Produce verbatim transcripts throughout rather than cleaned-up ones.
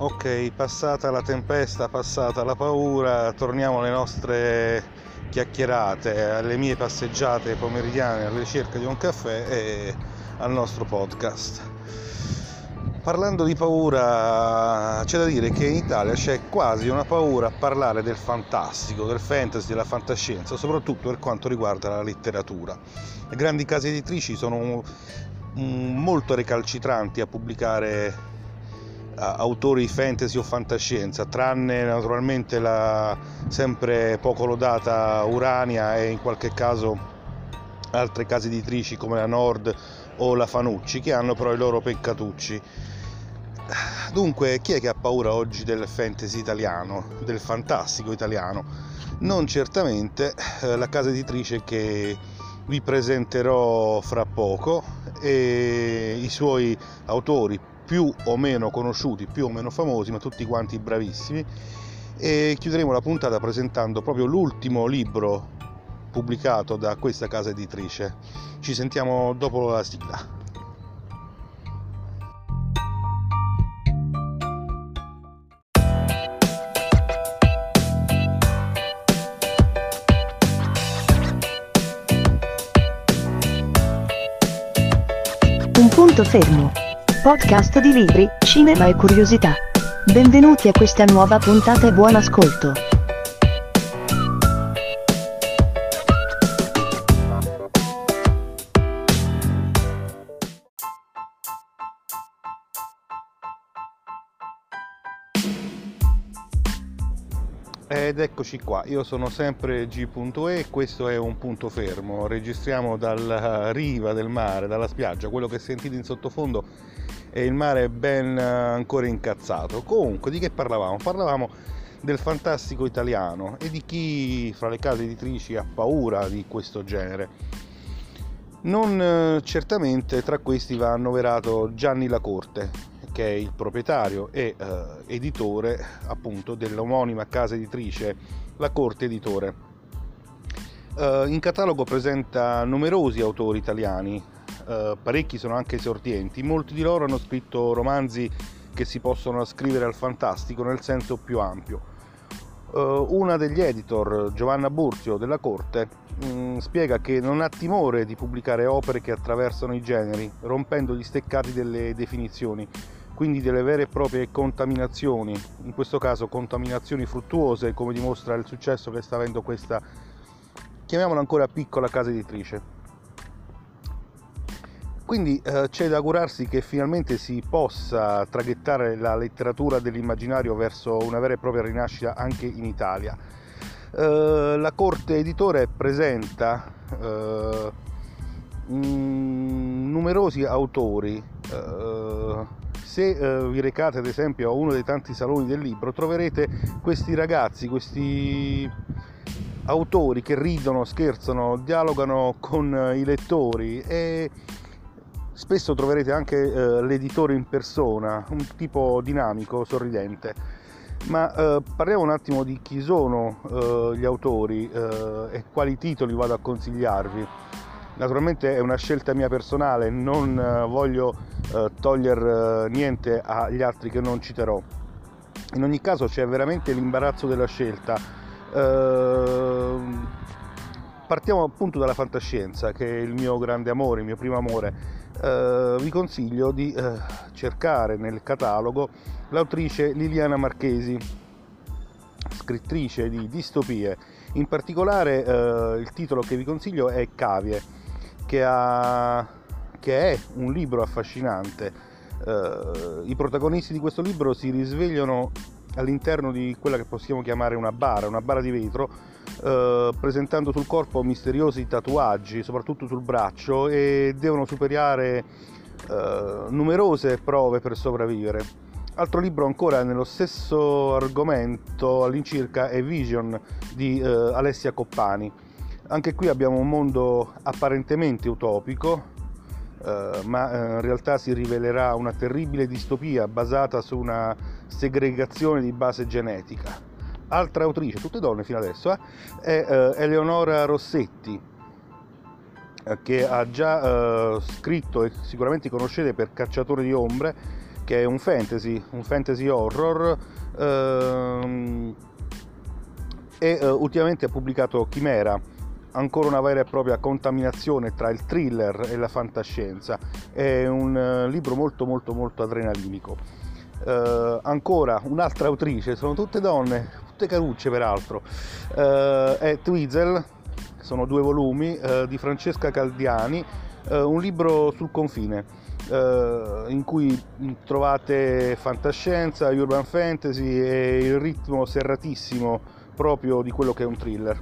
Ok, passata la tempesta, passata la paura, torniamo alle nostre chiacchierate, alle mie passeggiate pomeridiane alla ricerca di un caffè e al nostro podcast. Parlando di paura, c'è da dire che in Italia c'è quasi una paura a parlare del fantastico, del fantasy, della fantascienza, soprattutto per quanto riguarda la letteratura. Le grandi case editrici sono molto recalcitranti a pubblicare autori di fantasy o fantascienza, tranne naturalmente la sempre poco lodata Urania e in qualche caso altre case editrici come la Nord o la Fanucci, che hanno però i loro peccatucci. Dunque, chi è che ha paura oggi del fantasy italiano, del fantastico italiano? Non certamente eh, la casa editrice che vi presenterò fra poco e i suoi autori più o meno conosciuti, più o meno famosi, ma tutti quanti bravissimi. E chiuderemo la puntata presentando proprio l'ultimo libro pubblicato da questa casa editrice. Ci sentiamo dopo la sigla. Un punto fermo. Podcast di libri, cinema e curiosità. Benvenuti a questa nuova puntata e buon ascolto. Ed eccoci qua, io sono sempre G.E e questo è un punto fermo. Registriamo dalla riva del mare, dalla spiaggia. Quello che sentite in sottofondo è il mare ben ancora incazzato. Comunque, di che parlavamo? Parlavamo del fantastico italiano e di chi fra le case editrici ha paura di questo genere. Non certamente tra questi va annoverato Gianni Lacorte, che è il proprietario e eh, editore appunto dell'omonima casa editrice La Corte Editore. Eh, in catalogo presenta numerosi autori italiani, eh, parecchi sono anche esordienti, molti di loro hanno scritto romanzi che si possono ascrivere al fantastico nel senso più ampio. Uh, una degli editor, Giovanna Burzio della Corte, mh, spiega che non ha timore di pubblicare opere che attraversano i generi, rompendo gli steccati delle definizioni, quindi delle vere e proprie contaminazioni, in questo caso contaminazioni fruttuose, come dimostra il successo che sta avendo questa, chiamiamola ancora piccola casa editrice. Quindi eh, c'è da augurarsi che finalmente si possa traghettare la letteratura dell'immaginario verso una vera e propria rinascita anche in Italia. Eh, la Corte Editore presenta eh, mh, numerosi autori. Eh, se eh, vi recate ad esempio a uno dei tanti saloni del libro, troverete questi ragazzi, questi autori che ridono, scherzano, dialogano con i lettori e spesso troverete anche eh, l'editore in persona, un tipo dinamico, sorridente. Ma eh, parliamo un attimo di chi sono eh, gli autori eh, e quali titoli vado a consigliarvi. Naturalmente è una scelta mia personale, non eh, voglio eh, togliere eh, niente agli altri che non citerò. In ogni caso c'è veramente l'imbarazzo della scelta. Eh, partiamo appunto dalla fantascienza, che è il mio grande amore, il mio primo amore. Uh, vi consiglio di uh, cercare nel catalogo l'autrice Liliana Marchesi, scrittrice di distopie. In particolare uh, il titolo che vi consiglio è Cavie, che, ha, che è un libro affascinante. Uh, I protagonisti di questo libro si risvegliano all'interno di quella che possiamo chiamare una bara, una bara di vetro, eh, presentando sul corpo misteriosi tatuaggi, soprattutto sul braccio, e devono superare eh, numerose prove per sopravvivere. Altro libro ancora nello stesso argomento all'incirca è Vision di eh, Alessia Coppani. Anche qui abbiamo un mondo apparentemente utopico, Uh, ma uh, in realtà si rivelerà una terribile distopia basata su una segregazione di base genetica. Altra autrice, tutte donne fino adesso, eh, è uh, Eleonora Rossetti, uh, che ha già uh, scritto, e sicuramente conoscete per Cacciatore di ombre, che è un fantasy, un fantasy horror, ehm, e eh, ultimamente ha pubblicato Chimera, ancora una vera e propria contaminazione tra il thriller e la fantascienza. È un uh, libro molto molto molto adrenalinico. Uh, ancora un'altra autrice, sono tutte donne, tutte carucce peraltro, uh, è Twizel, sono due volumi, uh, di Francesca Caldiani, uh, un libro sul confine, uh, in cui trovate fantascienza, urban fantasy e il ritmo serratissimo proprio di quello che è un thriller.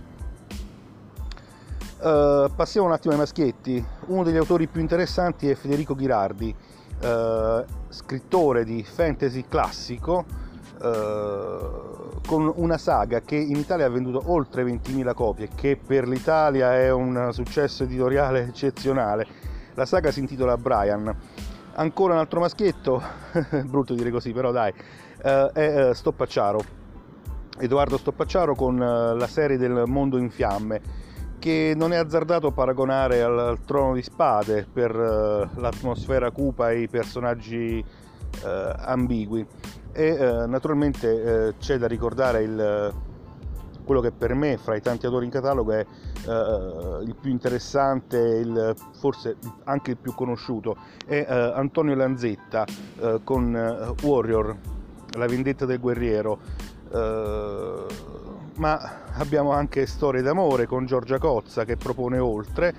Uh, passiamo un attimo ai maschietti. Uno degli autori più interessanti è Federico Ghirardi, uh, scrittore di fantasy classico, uh, con una saga che in Italia ha venduto oltre ventimila copie, che per l'Italia è un successo editoriale eccezionale. La saga si intitola Brian. Ancora un altro maschietto, brutto dire così, però dai, uh, è uh, Stoppacciaro, Edoardo Stoppacciaro, con uh, la serie del Mondo in Fiamme, che non è azzardato paragonare al, al Trono di Spade per uh, l'atmosfera cupa e i personaggi uh, ambigui. E uh, naturalmente uh, c'è da ricordare il, quello che per me fra i tanti autori in catalogo è uh, il più interessante, il, forse anche il più conosciuto, è uh, Antonio Lanzetta uh, con uh, Warrior, la vendetta del guerriero. Uh, ma abbiamo anche Storie d'amore con Giorgia Cozza, che propone oltre.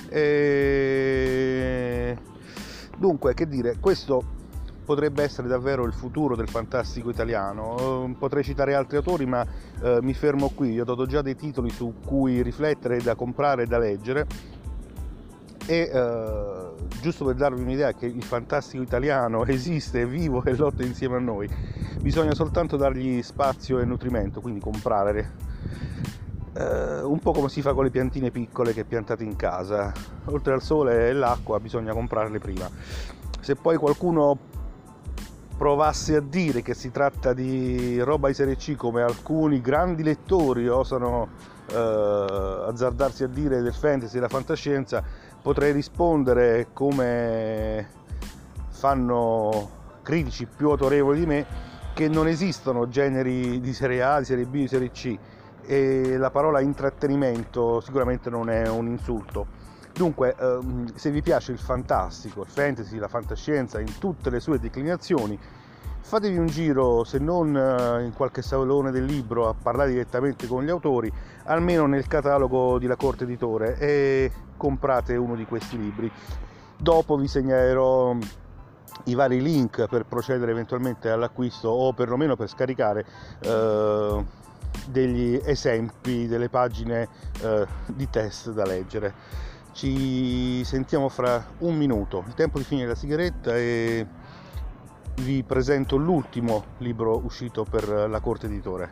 E dunque, che dire, questo potrebbe essere davvero il futuro del fantastico italiano. Uh, potrei citare altri autori, ma uh, mi fermo qui. Vi ho dato già dei titoli su cui riflettere, da comprare e da leggere, e uh, giusto per darvi un'idea che il fantastico italiano esiste, è vivo e lotta insieme a noi, bisogna soltanto dargli spazio e nutrimento, quindi comprare, uh, un po' come si fa con le piantine piccole che piantate in casa. Oltre al sole e l'acqua bisogna comprarle prima. Se poi qualcuno provasse a dire che si tratta di roba di serie C, come alcuni grandi lettori osano uh, azzardarsi a dire del fantasy e della fantascienza, potrei rispondere, come fanno critici più autorevoli di me, che non esistono generi di serie A, di serie B, di serie C, e la parola intrattenimento sicuramente non è un insulto. Dunque, ehm, se vi piace il fantastico, il fantasy, la fantascienza in tutte le sue declinazioni, fatevi un giro, se non eh, in qualche salone del libro, a parlare direttamente con gli autori, almeno nel catalogo di La Corte Editore, e comprate uno di questi libri. Dopo vi segnalerò i vari link per procedere eventualmente all'acquisto, o perlomeno per scaricare eh, degli esempi delle pagine eh, di test da leggere. Ci sentiamo fra un minuto, il tempo di finire la sigaretta, e vi presento l'ultimo libro uscito per La Corte Editore.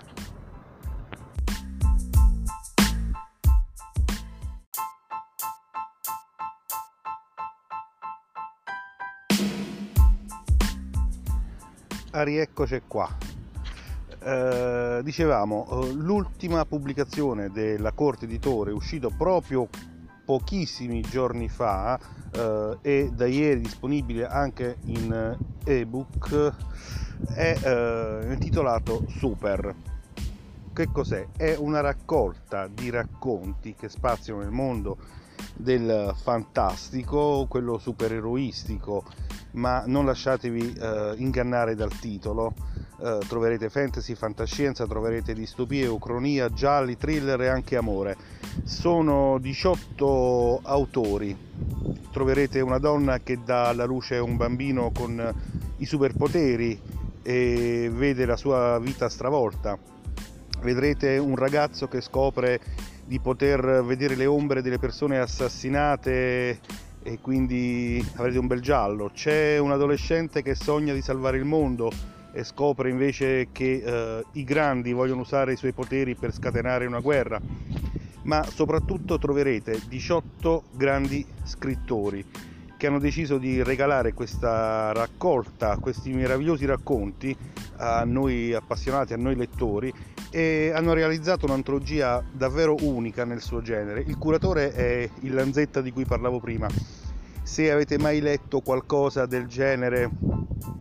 Ah, rieccoci qua. Eh, dicevamo, l'ultima pubblicazione della Corte Editore, uscito proprio pochissimi giorni fa eh, e da ieri disponibile anche in ebook, è eh, intitolato Super. Che cos'è? È una raccolta di racconti che spaziano nel mondo del fantastico, quello supereroistico, ma non lasciatevi eh, ingannare dal titolo. Eh, troverete fantasy, fantascienza, troverete distopie, ucronia, gialli, thriller e anche amore. Sono diciotto autori. Troverete una donna che dà alla luce un bambino con i superpoteri e vede la sua vita stravolta. Vedrete un ragazzo che scopre di poter vedere le ombre delle persone assassinate e quindi avrete un bel giallo. C'è un adolescente che sogna di salvare il mondo e scopre invece che eh, i grandi vogliono usare i suoi poteri per scatenare una guerra. Ma soprattutto troverete diciotto grandi scrittori che hanno deciso di regalare questa raccolta, questi meravigliosi racconti a noi appassionati, a noi lettori, e hanno realizzato un'antologia davvero unica nel suo genere. Il curatore è il Lanzetta di cui parlavo prima. Se avete mai letto qualcosa del genere,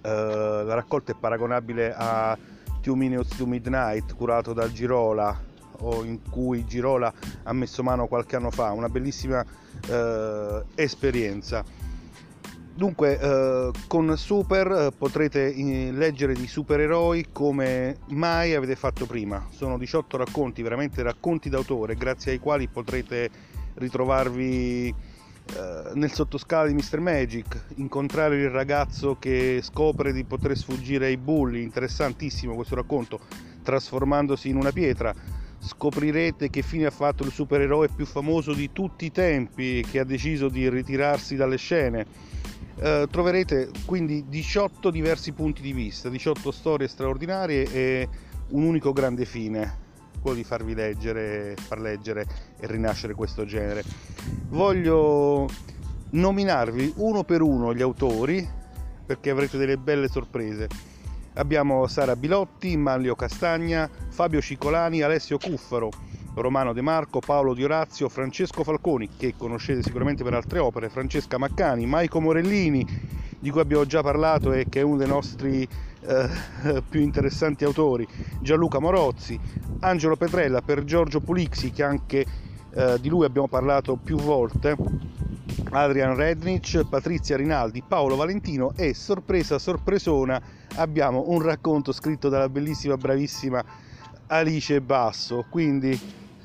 Uh, la raccolta è paragonabile a Two Minutes to Midnight, curato da Girola, o in cui Girola ha messo mano qualche anno fa, una bellissima uh, esperienza. Dunque uh, con Super uh, potrete uh, leggere di supereroi come mai avete fatto prima. Sono diciotto racconti, veramente racconti d'autore, grazie ai quali potrete ritrovarvi Uh, nel sottoscala di mister Magic, incontrare il ragazzo che scopre di poter sfuggire ai bulli, interessantissimo questo racconto, trasformandosi in una pietra. Scoprirete che fine ha fatto il supereroe più famoso di tutti i tempi, che ha deciso di ritirarsi dalle scene. Uh, troverete quindi diciotto diversi punti di vista, diciotto storie straordinarie e un unico grande fine, quello di farvi leggere, far leggere e rinascere questo genere. Voglio nominarvi uno per uno gli autori, perché avrete delle belle sorprese. Abbiamo Sara Bilotti, Manlio Castagna, Fabio Cicolani, Alessio Cuffaro, Romano De Marco, Paolo Di Orazio, Francesco Falconi, che conoscete sicuramente per altre opere, Francesca Maccani, Maico Morellini, di cui abbiamo già parlato e che è uno dei nostri eh, più interessanti autori, Gianluca Morozzi, Angelo Petrella per Giorgio Pulixi, che anche eh, di lui abbiamo parlato più volte, Adrian Rednich, Patrizia Rinaldi, Paolo Valentino e, sorpresa sorpresona, abbiamo un racconto scritto dalla bellissima, bravissima Alice Basso. Quindi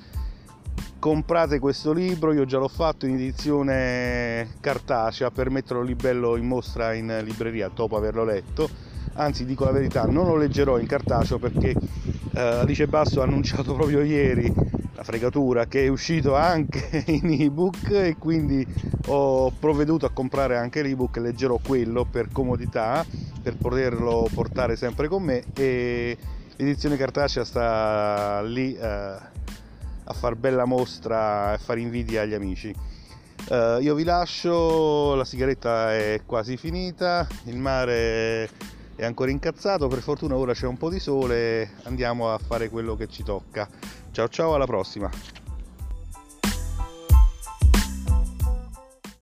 comprate questo libro, io già l'ho fatto in edizione cartacea per metterlo lì bello in mostra in libreria dopo averlo letto. Anzi, dico la verità, non lo leggerò in cartaceo perché eh, Alice Basso ha annunciato proprio ieri, la fregatura, che è uscito anche in ebook, e quindi ho provveduto a comprare anche l'ebook e leggerò quello per comodità, per poterlo portare sempre con me, e l'edizione cartacea sta lì eh, a far bella mostra e fare invidia agli amici. Uh, io vi lascio, la sigaretta è quasi finita, il mare è ancora incazzato, per fortuna ora c'è un po' di sole, andiamo a fare quello che ci tocca. Ciao ciao, alla prossima!